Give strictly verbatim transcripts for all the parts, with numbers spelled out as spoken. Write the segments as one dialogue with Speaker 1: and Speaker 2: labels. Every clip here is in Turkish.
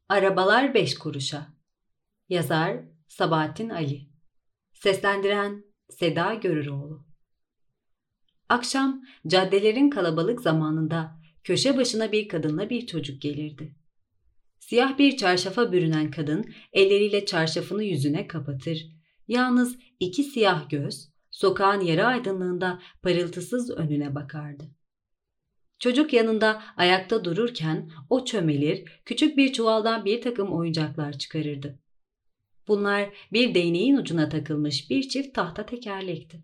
Speaker 1: Arabalar beş kuruşa. Yazar Sabahattin Ali. Seslendiren Seda Görüroğlu. Akşam caddelerin kalabalık zamanında köşe başına bir kadınla bir çocuk gelirdi. Siyah bir çarşafa bürünen kadın elleriyle çarşafını yüzüne kapatır. Yalnız iki siyah göz sokağın yarı aydınlığında parıltısız önüne bakardı. Çocuk yanında ayakta dururken o çömelir, küçük bir çuvaldan bir takım oyuncaklar çıkarırdı. Bunlar bir değneğin ucuna takılmış bir çift tahta tekerlekti.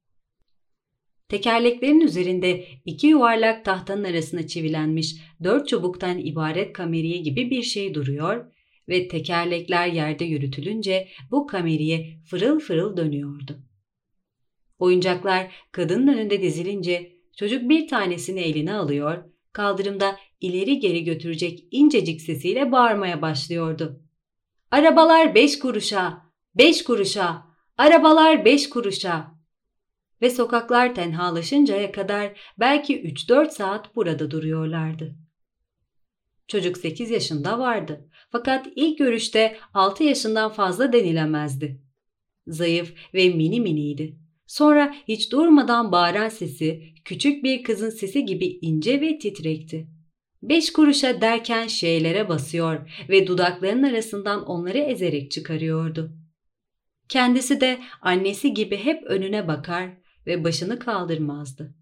Speaker 1: Tekerleklerin üzerinde iki yuvarlak tahtanın arasına çivilenmiş dört çubuktan ibaret kameriye gibi bir şey duruyor ve tekerlekler yerde yürütülünce bu kameriye fırıl fırıl dönüyordu. Oyuncaklar kadının önünde dizilince çocuk bir tanesini eline alıyor, kaldırımda ileri geri götürecek incecik sesiyle bağırmaya başlıyordu. Arabalar beş kuruşa, beş kuruşa, arabalar beş kuruşa. Ve sokaklar tenhalaşıncaya kadar belki üç dört saat burada duruyorlardı. Çocuk sekiz yaşında vardı fakat ilk görüşte altı yaşından fazla denilemezdi. Zayıf ve mini miniydi. Sonra hiç durmadan bağıran sesi küçük bir kızın sesi gibi ince ve titrekti. Beş kuruşa derken şeylere basıyor ve dudaklarının arasından onları ezerek çıkarıyordu. Kendisi de annesi gibi hep önüne bakar ve başını kaldırmazdı.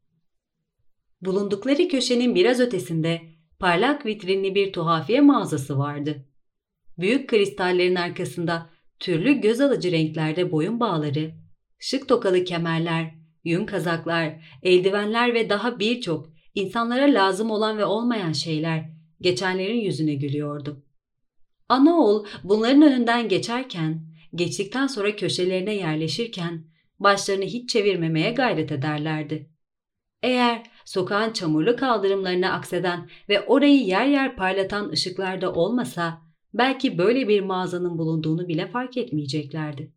Speaker 1: Bulundukları köşenin biraz ötesinde parlak vitrinli bir tuhafiye mağazası vardı. Büyük kristallerin arkasında türlü göz alıcı renklerde boyun bağları, şık tokalı kemerler, yün kazaklar, eldivenler ve daha birçok insanlara lazım olan ve olmayan şeyler geçenlerin yüzüne gülüyordu. Anaoğul bunların önünden geçerken, geçtikten sonra köşelerine yerleşirken başlarını hiç çevirmemeye gayret ederlerdi. Eğer sokağın çamurlu kaldırımlarına akseden ve orayı yer yer parlatan ışıklarda olmasa belki böyle bir mağazanın bulunduğunu bile fark etmeyeceklerdi.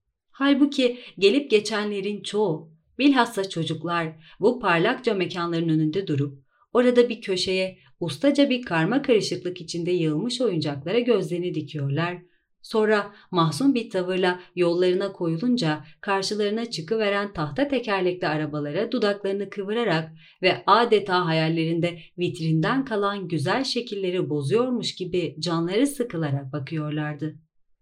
Speaker 1: Halbuki gelip geçenlerin çoğu, bilhassa çocuklar bu parlakça mekanların önünde durup orada bir köşeye ustaca bir karma karışıklık içinde yığılmış oyuncaklara gözlerini dikiyorlar. Sonra mahzun bir tavırla yollarına koyulunca karşılarına çıkıveren tahta tekerlekli arabalara dudaklarını kıvırarak ve adeta hayallerinde vitrinden kalan güzel şekilleri bozuyormuş gibi canları sıkılarak bakıyorlardı.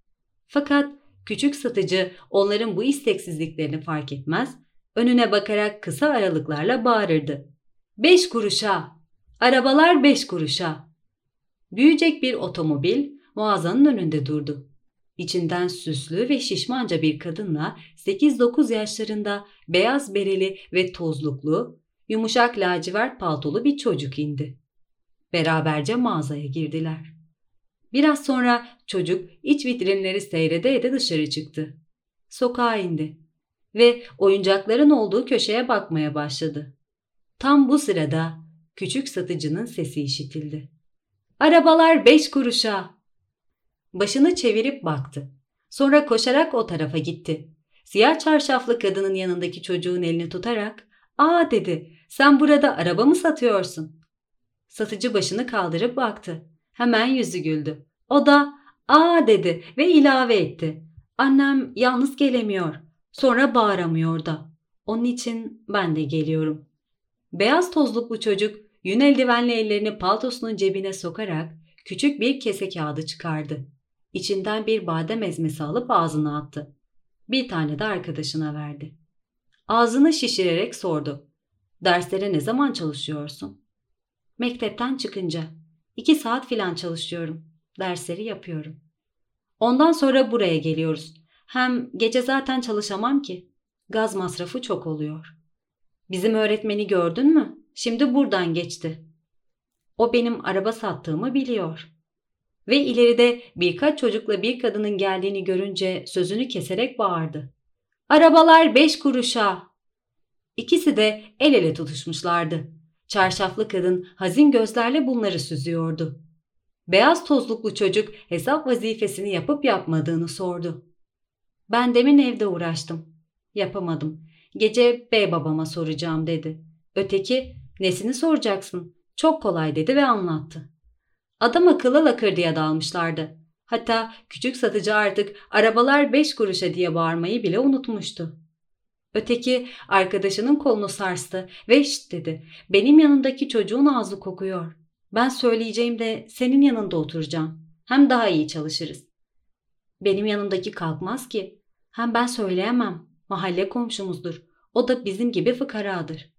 Speaker 1: Fakat küçük satıcı onların bu isteksizliklerini fark etmez, önüne bakarak kısa aralıklarla bağırırdı. Beş kuruşa! Arabalar beş kuruşa! Büyüyecek bir otomobil mağazanın önünde durdu. İçinden süslü ve şişmanca bir kadınla sekiz dokuz yaşlarında beyaz bereli ve tozluklu, yumuşak lacivert paltolu bir çocuk indi. Beraberce mağazaya girdiler. Biraz sonra çocuk iç vitrinleri seyrede ede dışarı çıktı. Sokağa indi ve oyuncakların olduğu köşeye bakmaya başladı. Tam bu sırada küçük satıcının sesi işitildi. Arabalar beş kuruşa! Başını çevirip baktı. Sonra koşarak o tarafa gitti. Siyah çarşaflı kadının yanındaki çocuğun elini tutarak ''Aa'' dedi, ''sen burada araba mı satıyorsun?'' Satıcı başını kaldırıp baktı. Hemen yüzü güldü. O da ''Aa'' dedi ve ilave etti. ''Annem yalnız gelemiyor. Sonra bağıramıyor da. Onun için ben de geliyorum.'' Beyaz tozluklu çocuk yün eldivenli ellerini paltosunun cebine sokarak küçük bir kese kağıdı çıkardı. İçinden bir badem ezmesi alıp ağzına attı. Bir tane de arkadaşına verdi. Ağzını şişirerek sordu. ''Derslere ne zaman çalışıyorsun?'' ''Mektepten çıkınca. İki saat filan çalışıyorum. Dersleri yapıyorum. Ondan sonra buraya geliyoruz. Hem gece zaten çalışamam ki. Gaz masrafı çok oluyor. Bizim öğretmeni gördün mü? Şimdi buradan geçti. O benim araba sattığımı biliyor.'' Ve ileride birkaç çocukla bir kadının geldiğini görünce sözünü keserek bağırdı. ''Arabalar beş kuruşa!'' İkisi de el ele tutuşmuşlardı. Çarşaflı kadın hazin gözlerle bunları süzüyordu. Beyaz tozluklu çocuk hesap vazifesini yapıp yapmadığını sordu. ''Ben demin evde uğraştım. Yapamadım. Gece bey babama soracağım.'' dedi. Öteki ''Nesini soracaksın? Çok kolay.'' dedi ve anlattı. Adam akıllı lakırdıya dalmışlardı. Hatta küçük satıcı artık arabalar beş kuruşa diye bağırmayı bile unutmuştu. Öteki arkadaşının kolunu sarstı ve şşt dedi. Benim yanındaki çocuğun ağzı kokuyor. Ben söyleyeceğim de senin yanında oturacağım. Hem daha iyi çalışırız. Benim yanımdaki kalkmaz ki. Hem ben söyleyemem. Mahalle komşumuzdur. O da bizim gibi fıkaradır.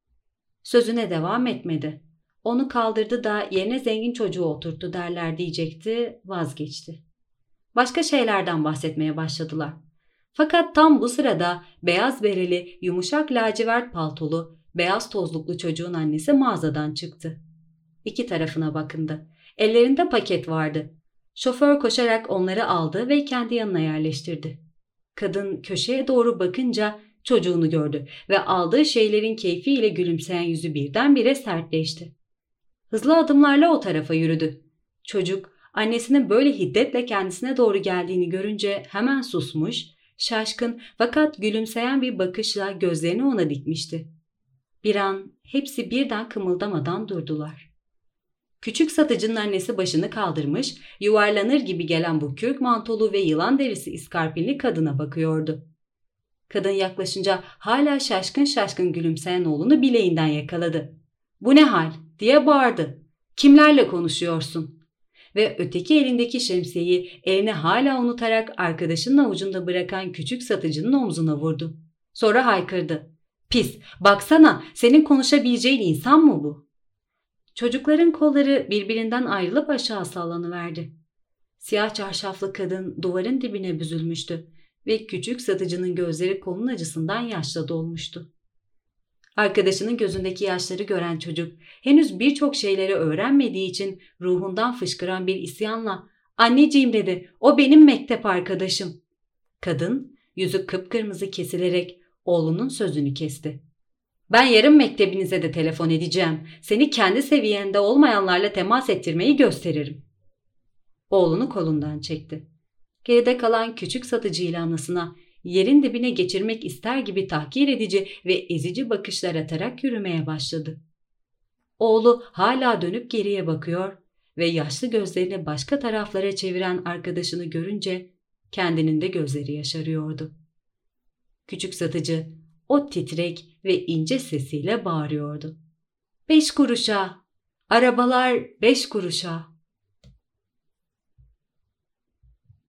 Speaker 1: Sözüne devam etmedi. Onu kaldırdı da yerine zengin çocuğu oturttu derler diyecekti, vazgeçti. Başka şeylerden bahsetmeye başladılar. Fakat tam bu sırada beyaz bereli, yumuşak lacivert paltolu, beyaz tozluklu çocuğun annesi mağazadan çıktı. İki tarafına bakındı. Ellerinde paket vardı. Şoför koşarak onları aldı ve kendi yanına yerleştirdi. Kadın köşeye doğru bakınca çocuğunu gördü ve aldığı şeylerin keyfiyle gülümseyen yüzü birdenbire sertleşti. Hızlı adımlarla o tarafa yürüdü. Çocuk annesinin böyle hiddetle kendisine doğru geldiğini görünce hemen susmuş, şaşkın fakat gülümseyen bir bakışla gözlerini ona dikmişti. Bir an hepsi birden kımıldamadan durdular. Küçük satıcının annesi başını kaldırmış, yuvarlanır gibi gelen bu kürk mantolu ve yılan derisi iskarpinli kadına bakıyordu. Kadın yaklaşınca hala şaşkın şaşkın gülümseyen oğlunu bileğinden yakaladı. "Bu ne hal?" diye bağırdı. "Kimlerle konuşuyorsun?" Ve öteki elindeki şemsiyeyi elini hala unutarak arkadaşının avucunda bırakan küçük satıcının omzuna vurdu. Sonra haykırdı. "Pis, baksana, senin konuşabileceğin insan mı bu?" Çocukların kolları birbirinden ayrılıp aşağı sallanıverdi. Siyah çarşaflı kadın duvarın dibine büzülmüştü ve küçük satıcının gözleri kolun acısından yaşla dolmuştu. Arkadaşının gözündeki yaşları gören çocuk henüz birçok şeyleri öğrenmediği için ruhundan fışkıran bir isyanla "Anneciğim" dedi, "o benim mektep arkadaşım." Kadın yüzü kıpkırmızı kesilerek oğlunun sözünü kesti. "Ben yarın mektebinize de telefon edeceğim. Seni kendi seviyende olmayanlarla temas ettirmeyi gösteririm." Oğlunu kolundan çekti. Geride kalan küçük satıcıyla anasına yerin dibine geçirmek ister gibi tahkir edici ve ezici bakışlar atarak yürümeye başladı. Oğlu hala dönüp geriye bakıyor ve yaşlı gözlerini başka taraflara çeviren arkadaşını görünce kendinin de gözleri yaşarıyordu. Küçük satıcı o titrek ve ince sesiyle bağırıyordu. "Beş kuruşa! Arabalar beş kuruşa!"